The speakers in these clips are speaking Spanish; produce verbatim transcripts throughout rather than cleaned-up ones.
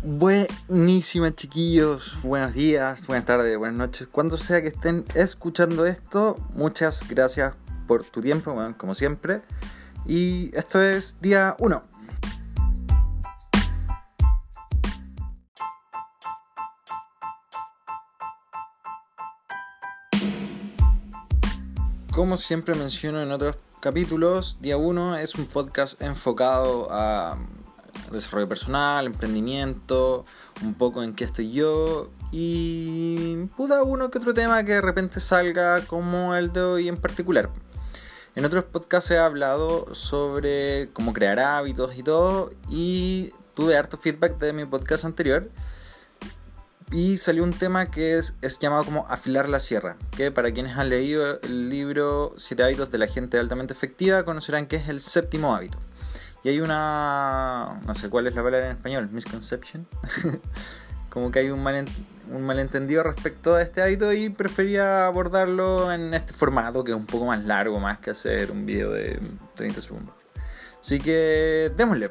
Buenísima, chiquillos, buenos días, buenas tardes, buenas noches, cuando sea que estén escuchando esto. Muchas gracias por tu tiempo, bueno, como siempre. Y esto es día uno. Como siempre menciono en otros capítulos, día uno es un podcast enfocado a desarrollo personal, emprendimiento, un poco en qué estoy yo y puta uno que otro tema que de repente salga, como el de hoy en particular. En otros podcasts he hablado sobre cómo crear hábitos y todo, y tuve harto feedback de mi podcast anterior y salió un tema que es, es llamado como afilar la sierra, que para quienes han leído el libro siete hábitos de la gente altamente efectiva conocerán que es el séptimo hábito. Y hay una... no sé cuál es la palabra en español, misconception. Como que hay un, malent- un malentendido respecto a este hábito y prefería abordarlo en este formato que es un poco más largo, más que hacer un video de treinta segundos. Así que démosle.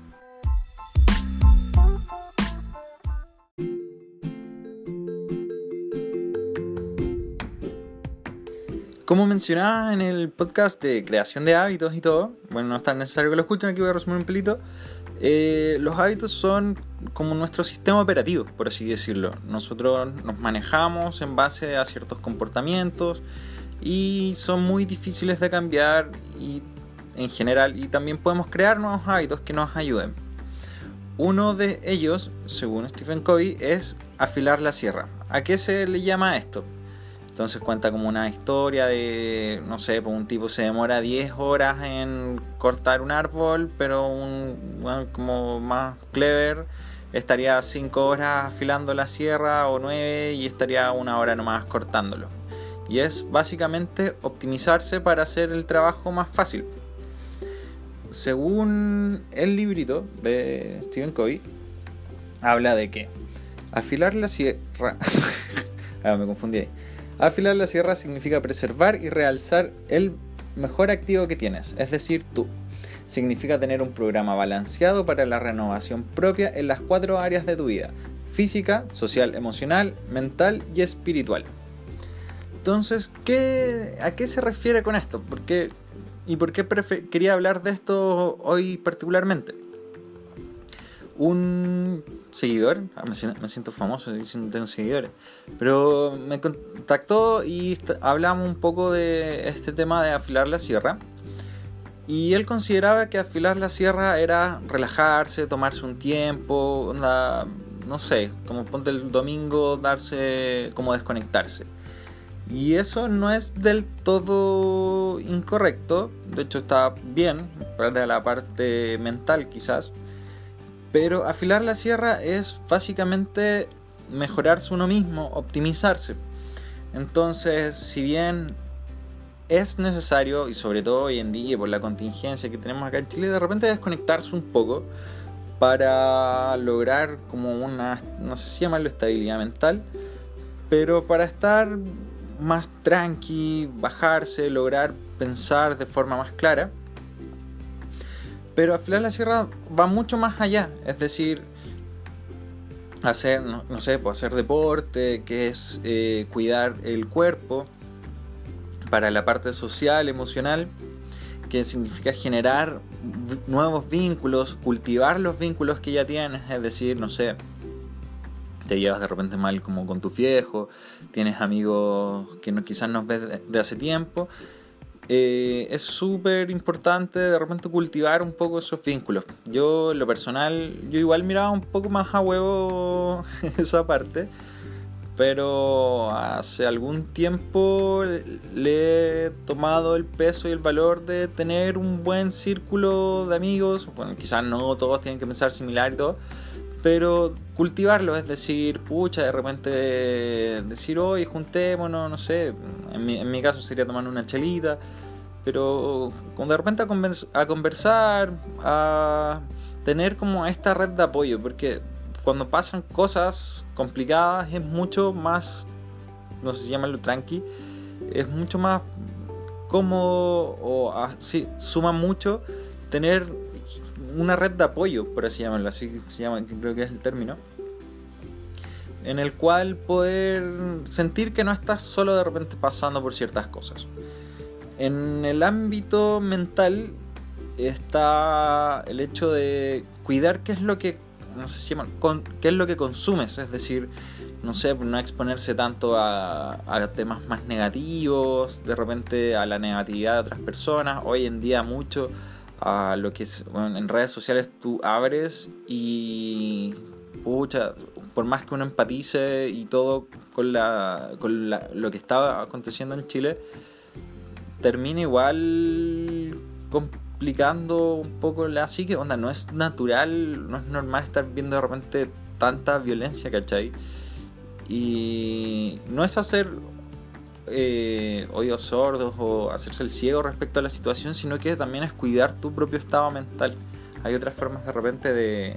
Como mencionaba en el podcast de creación de hábitos y todo, bueno, no es tan necesario que lo escuchen, aquí voy a resumir un pelito. Eh, los hábitos son como nuestro sistema operativo, por así decirlo. Nosotros nos manejamos en base a ciertos comportamientos y son muy difíciles de cambiar y, en general, y también podemos crear nuevos hábitos que nos ayuden. Uno de ellos, según Stephen Covey, es afilar la sierra. ¿A qué se le llama esto? Entonces cuenta como una historia de, no sé, pues un tipo se demora diez horas en cortar un árbol, pero un bueno, como más clever estaría cinco horas afilando la sierra o nueve y estaría una hora nomás cortándolo. Y es básicamente optimizarse para hacer el trabajo más fácil. Según el librito de Stephen Covey, habla de que afilar la sierra... ah, me confundí ahí. Afilar la sierra significa preservar y realzar el mejor activo que tienes, es decir, tú. Significa tener un programa balanceado para la renovación propia en las cuatro áreas de tu vida: física, social, emocional, mental y espiritual. Entonces, ¿qué, ¿a qué se refiere con esto? ¿Por qué, ¿Y por qué prefer- quería hablar de esto hoy particularmente? Un seguidor, me siento, me siento famoso diciendo que tengo seguidores, pero me contactó y hablamos un poco de este tema de afilar la sierra, y él consideraba que afilar la sierra era relajarse, tomarse un tiempo, onda, no sé, como ponte el domingo, darse, como desconectarse. Y eso no es del todo incorrecto, de hecho está bien para la parte mental quizás. Pero afilar la sierra es básicamente mejorarse uno mismo, optimizarse. Entonces, si bien es necesario, y sobre todo hoy en día por la contingencia que tenemos acá en Chile, de repente desconectarse un poco para lograr como una, no sé si llamarlo estabilidad mental, pero para estar más tranqui, bajarse, lograr pensar de forma más clara. Pero afilar la sierra va mucho más allá, es decir, hacer, no, no sé, pues hacer deporte, que es eh, cuidar el cuerpo, para la parte social, emocional, que significa generar v- nuevos vínculos, cultivar los vínculos que ya tienes, es decir, no sé, te llevas de repente mal como con tu viejo, tienes amigos que no, quizás no ves de, de hace tiempo. Eh, es súper importante de repente cultivar un poco esos vínculos. Yo, en lo personal, yo igual miraba un poco más a huevo esa parte, pero hace algún tiempo le he tomado el peso y el valor de tener un buen círculo de amigos. Bueno, quizás no todos tienen que pensar similar y todo, pero cultivarlo, es decir, pucha, de repente decir, hoy juntémonos, no sé, en mi, en mi caso sería tomar una chelita, pero como de repente a, convers- a conversar, a tener como esta red de apoyo, porque cuando pasan cosas complicadas es mucho más, no sé si llamarlo tranqui, es mucho más cómodo o así, suma mucho tener una red de apoyo, por así llamarlo, así se llama, creo que es el término, en el cual poder sentir que no estás solo de repente pasando por ciertas cosas. En el ámbito mental está el hecho de cuidar qué es lo que, no sé si llaman, con, qué es lo que consumes, es decir, no sé, no exponerse tanto a, a temas más negativos, de repente a la negatividad de otras personas. Hoy en día mucho a lo que es, bueno, en redes sociales tú abres y pucha, por más que uno empatice y todo con la con la, lo que estaba aconteciendo en Chile, termina igual complicando un poco la psique. Onda, no es natural, no es normal estar viendo de repente tanta violencia, ¿cachai? Y no es hacer eh, oídos sordos o hacerse el ciego respecto a la situación, sino que también es cuidar tu propio estado mental. Hay otras formas de repente de,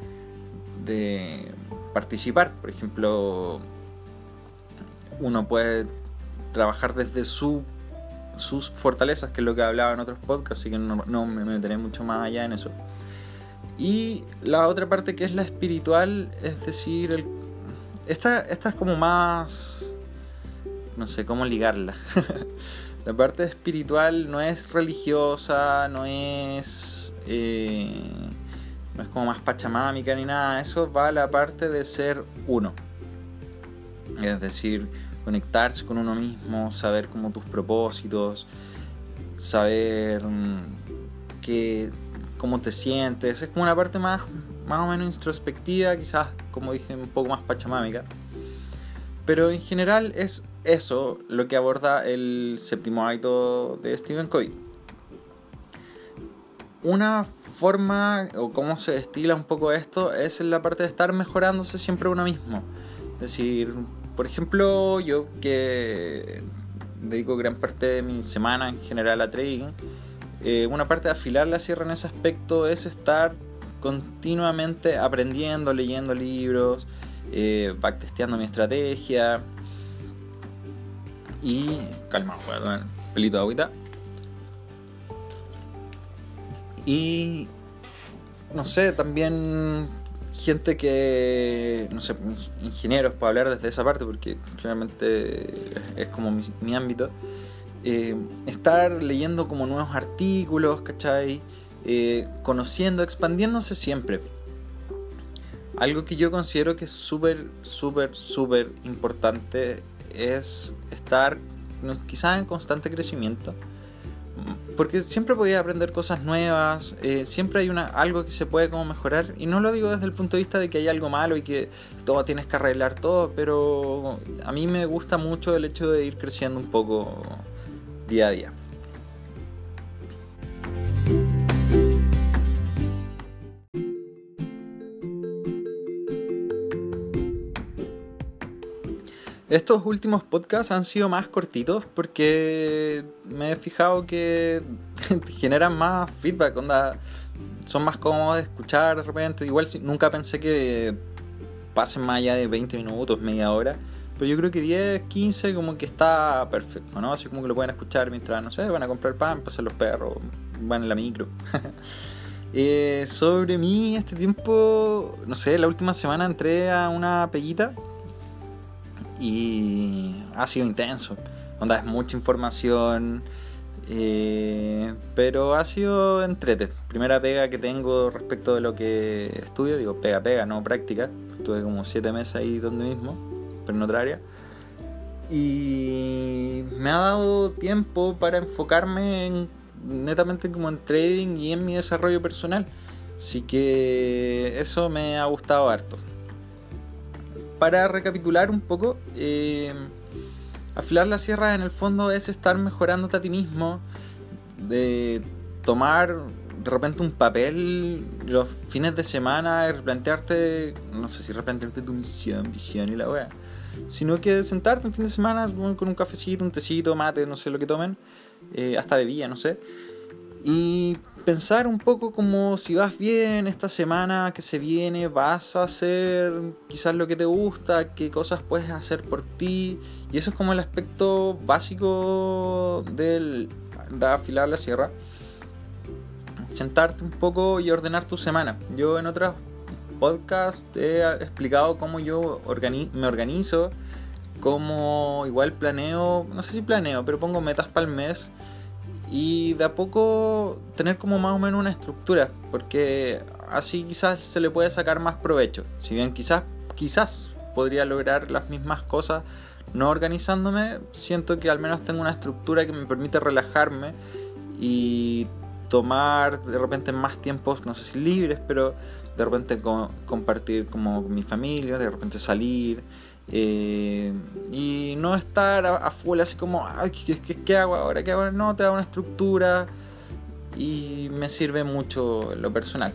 de participar. Por ejemplo, uno puede trabajar desde su, sus fortalezas, que es lo que hablaba en otros podcasts, así que no, no me meteré mucho más allá en eso. Y la otra parte, que es la espiritual, es decir, el, esta, esta es como más, no sé cómo ligarla. La parte espiritual no es religiosa, no es eh, no es como más pachamámica ni nada. Eso va a la parte de ser uno, es decir, conectarse con uno mismo, saber como tus propósitos, saber que, cómo te sientes. Es como una parte más, más o menos introspectiva, quizás, como dije, un poco más pachamámica. Pero en general es eso lo que aborda el séptimo hábito de Stephen Covey. Una forma, o cómo se destila un poco esto, es en la parte de estar mejorándose siempre uno mismo. Es decir, por ejemplo, yo que dedico gran parte de mi semana en general a trading, eh, una parte de afilar la sierra en ese aspecto es estar continuamente aprendiendo, leyendo libros, eh, backtesteando mi estrategia. Y calma, voy a tomar un pelito de agüita. Y no sé, también gente que, no sé, ingenieros, para hablar desde esa parte, porque claramente es como mi, mi ámbito, eh, estar leyendo como nuevos artículos, ¿cachai? Eh, conociendo, expandiéndose siempre. Algo que yo considero que es súper, súper, súper importante es estar quizás en constante crecimiento, porque siempre podía aprender cosas nuevas, eh, siempre hay una, algo que se puede como mejorar, y no lo digo desde el punto de vista de que hay algo malo y que todo tienes que arreglar todo, pero a mí me gusta mucho el hecho de ir creciendo un poco día a día. Estos últimos podcasts han sido más cortitos porque me he fijado que generan más feedback, onda, son más cómodos de escuchar de repente. Igual nunca pensé que pasen más allá de veinte minutos, media hora, pero yo creo que diez, quince como que está perfecto, ¿no? Así como que lo pueden escuchar mientras, no sé, van a comprar pan, pasan los perros, van en la micro. eh, sobre mí, este tiempo, no sé, la última semana entré a una peguita y ha sido intenso. Onda, es mucha información, eh, pero ha sido entrete. Primera pega que tengo respecto de lo que estudio, digo pega pega, no práctica. Estuve como siete meses ahí donde mismo, pero en otra área. Y me ha dado tiempo para enfocarme en, netamente como en trading y en mi desarrollo personal. Así que eso me ha gustado harto. Para recapitular un poco, eh, afilar la sierra en el fondo es estar mejorándote a ti mismo, de tomar de repente un papel los fines de semana y replantearte, no sé si replantearte tu misión, visión y la wea, sino que sentarte un fin de semana con un cafecito, un tecito, mate, no sé lo que tomen, eh, hasta bebida, no sé, y pensar un poco como si vas bien esta semana que se viene, vas a hacer quizás lo que te gusta, qué cosas puedes hacer por ti, y eso es como el aspecto básico del, de afilar la sierra. sentarte un poco y ordenar tu semana. Yo en otros podcasts he explicado cómo yo organi- me organizo, cómo igual planeo, no sé si planeo, pero pongo metas para el mes y de a poco tener como más o menos una estructura, porque así quizás se le puede sacar más provecho. Si bien quizás, quizás podría lograr las mismas cosas no organizándome, siento que al menos tengo una estructura que me permite relajarme y tomar de repente más tiempos, no sé si libres, pero de repente co- compartir como con mi familia, de repente salir, eh, y no estar a, a full así como, ay, ¿qué, qué, qué hago ahora? ¿Qué hago? No, te da una estructura y me sirve mucho en lo personal.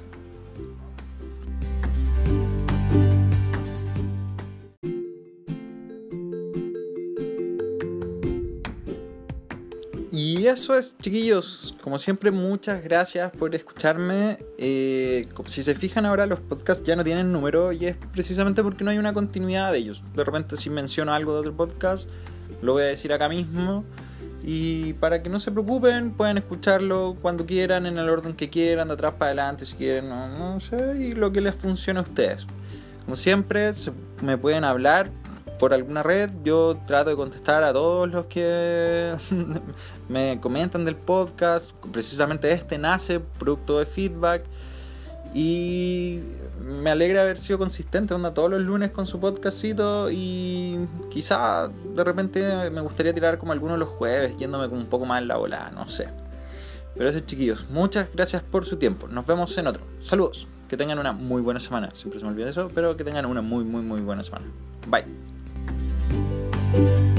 Y eso es, chiquillos. Como siempre, muchas gracias por escucharme. Eh, si se fijan ahora, los podcasts ya no tienen número y es precisamente porque no hay una continuidad de ellos. De repente, si menciono algo de otro podcast, lo voy a decir acá mismo. Y para que no se preocupen, pueden escucharlo cuando quieran, en el orden que quieran, de atrás para adelante, si quieren, no, no sé, y lo que les funcione a ustedes. Como siempre, se, me pueden hablar por alguna red. Yo trato de contestar a todos los que me comentan del podcast. Precisamente este nace producto de feedback y me alegra haber sido consistente, onda, todos los lunes con su podcastito, y quizá de repente me gustaría tirar como algunos los jueves, yéndome como un poco más en la volada, no sé. Pero eso, chiquillos, muchas gracias por su tiempo. Nos vemos en otro. Saludos. Que tengan una muy buena semana. Siempre se me olvida eso, pero que tengan una muy muy muy buena semana. Bye.